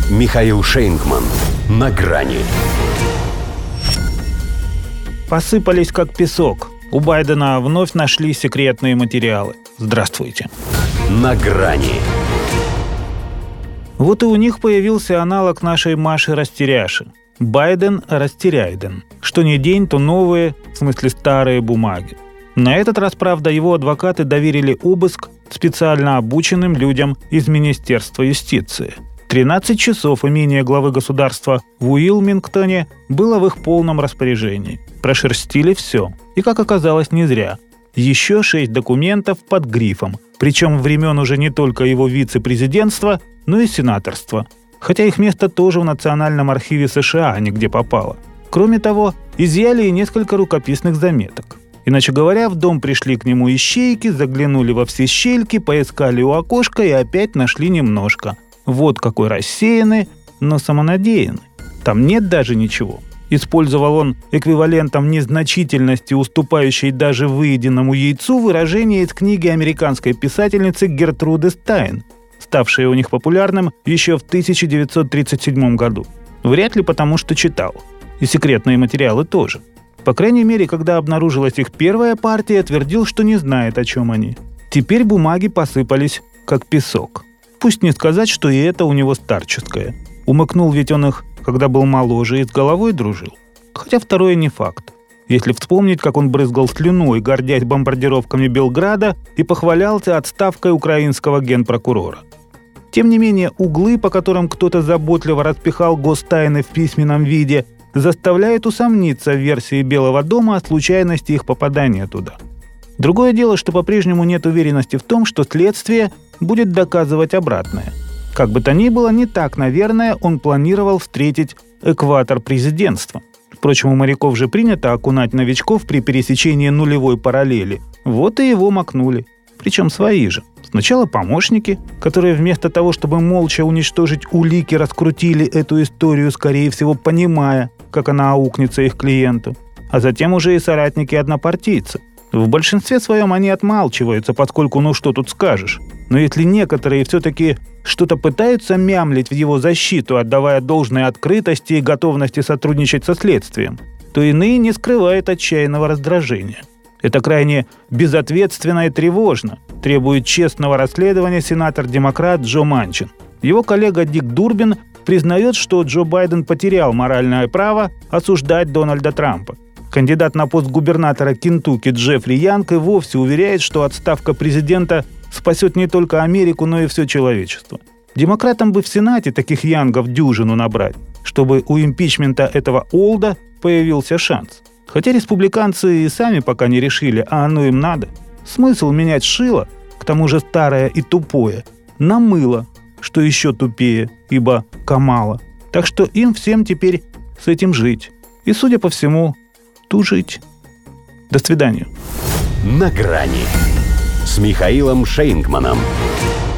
Михаил Шейнгман. На грани. Посыпались как песок. У Байдена вновь нашли секретные материалы. Здравствуйте. На грани. Вот и у них появился аналог нашей Маши-растеряши. Байден растеряйден. Что ни день, то новые, в смысле старые бумаги. На этот раз, правда, его адвокаты доверили обыск специально обученным людям из Министерства юстиции. 13 часов имение главы государства в Уилмингтоне было в их полном распоряжении. Прошерстили все. И, как оказалось, не зря. Еще 6 документов под грифом. Причем времен уже не только его вице-президентства, но и сенаторства. Хотя их место тоже в Национальном архиве США, а не где попало. Кроме того, изъяли и несколько рукописных заметок. Иначе говоря, в дом пришли к нему ищейки, заглянули во все щельки, поискали у окошка и опять нашли немножко. Вот какой рассеянный, но самонадеянный. Там нет даже ничего. Использовал он эквивалентом незначительности, уступающей даже выеденному яйцу, выражение из книги американской писательницы Гертруды Стайн, ставшее у них популярным еще в 1937 году. Вряд ли потому, что читал. И секретные материалы тоже. По крайней мере, когда обнаружилась их первая партия, твердил, что не знает, о чем они. Теперь бумаги посыпались, как песок. Пусть не сказать, что и это у него старческое. Умыкнул ведь он их, когда был моложе и с головой дружил. Хотя второе не факт. Если вспомнить, как он брызгал слюной, гордясь бомбардировками Белграда, и похвалялся отставкой украинского генпрокурора. Тем не менее, углы, по которым кто-то заботливо распихал гостайны в письменном виде, заставляют усомниться в версии Белого дома о случайности их попадания туда. Другое дело, что по-прежнему нет уверенности в том, что следствие будет доказывать обратное. Как бы то ни было, не так, наверное, он планировал встретить экватор президентства. Впрочем, у моряков же принято окунать новичков при пересечении нулевой параллели. Вот и его макнули. Причем свои же. Сначала помощники, которые вместо того, чтобы молча уничтожить улики, раскрутили эту историю, скорее всего, понимая, как она аукнется их клиенту. А затем уже и соратники-однопартийцы. В большинстве своем они отмалчиваются, поскольку ну что тут скажешь. Но если некоторые все-таки что-то пытаются мямлить в его защиту, отдавая должное открытости и готовности сотрудничать со следствием, то иные не скрывают отчаянного раздражения. Это крайне безответственно и тревожно, требует честного расследования сенатор-демократ Джо Манчин. Его коллега Дик Дурбин признает, что Джо Байден потерял моральное право осуждать Дональда Трампа. Кандидат на пост губернатора Кентукки Джеффри Янг и вовсе уверяет, что отставка президента спасет не только Америку, но и все человечество. Демократам бы в Сенате таких Янгов дюжину набрать, чтобы у импичмента этого Олда появился шанс. Хотя республиканцы и сами пока не решили, а оно им надо. Смысл менять шило, к тому же старое и тупое, на мыло, что еще тупее, ибо Камала. Так что им всем теперь с этим жить. И, судя по всему, тужить. До свидания. На грани с Михаилом Шейнгманом.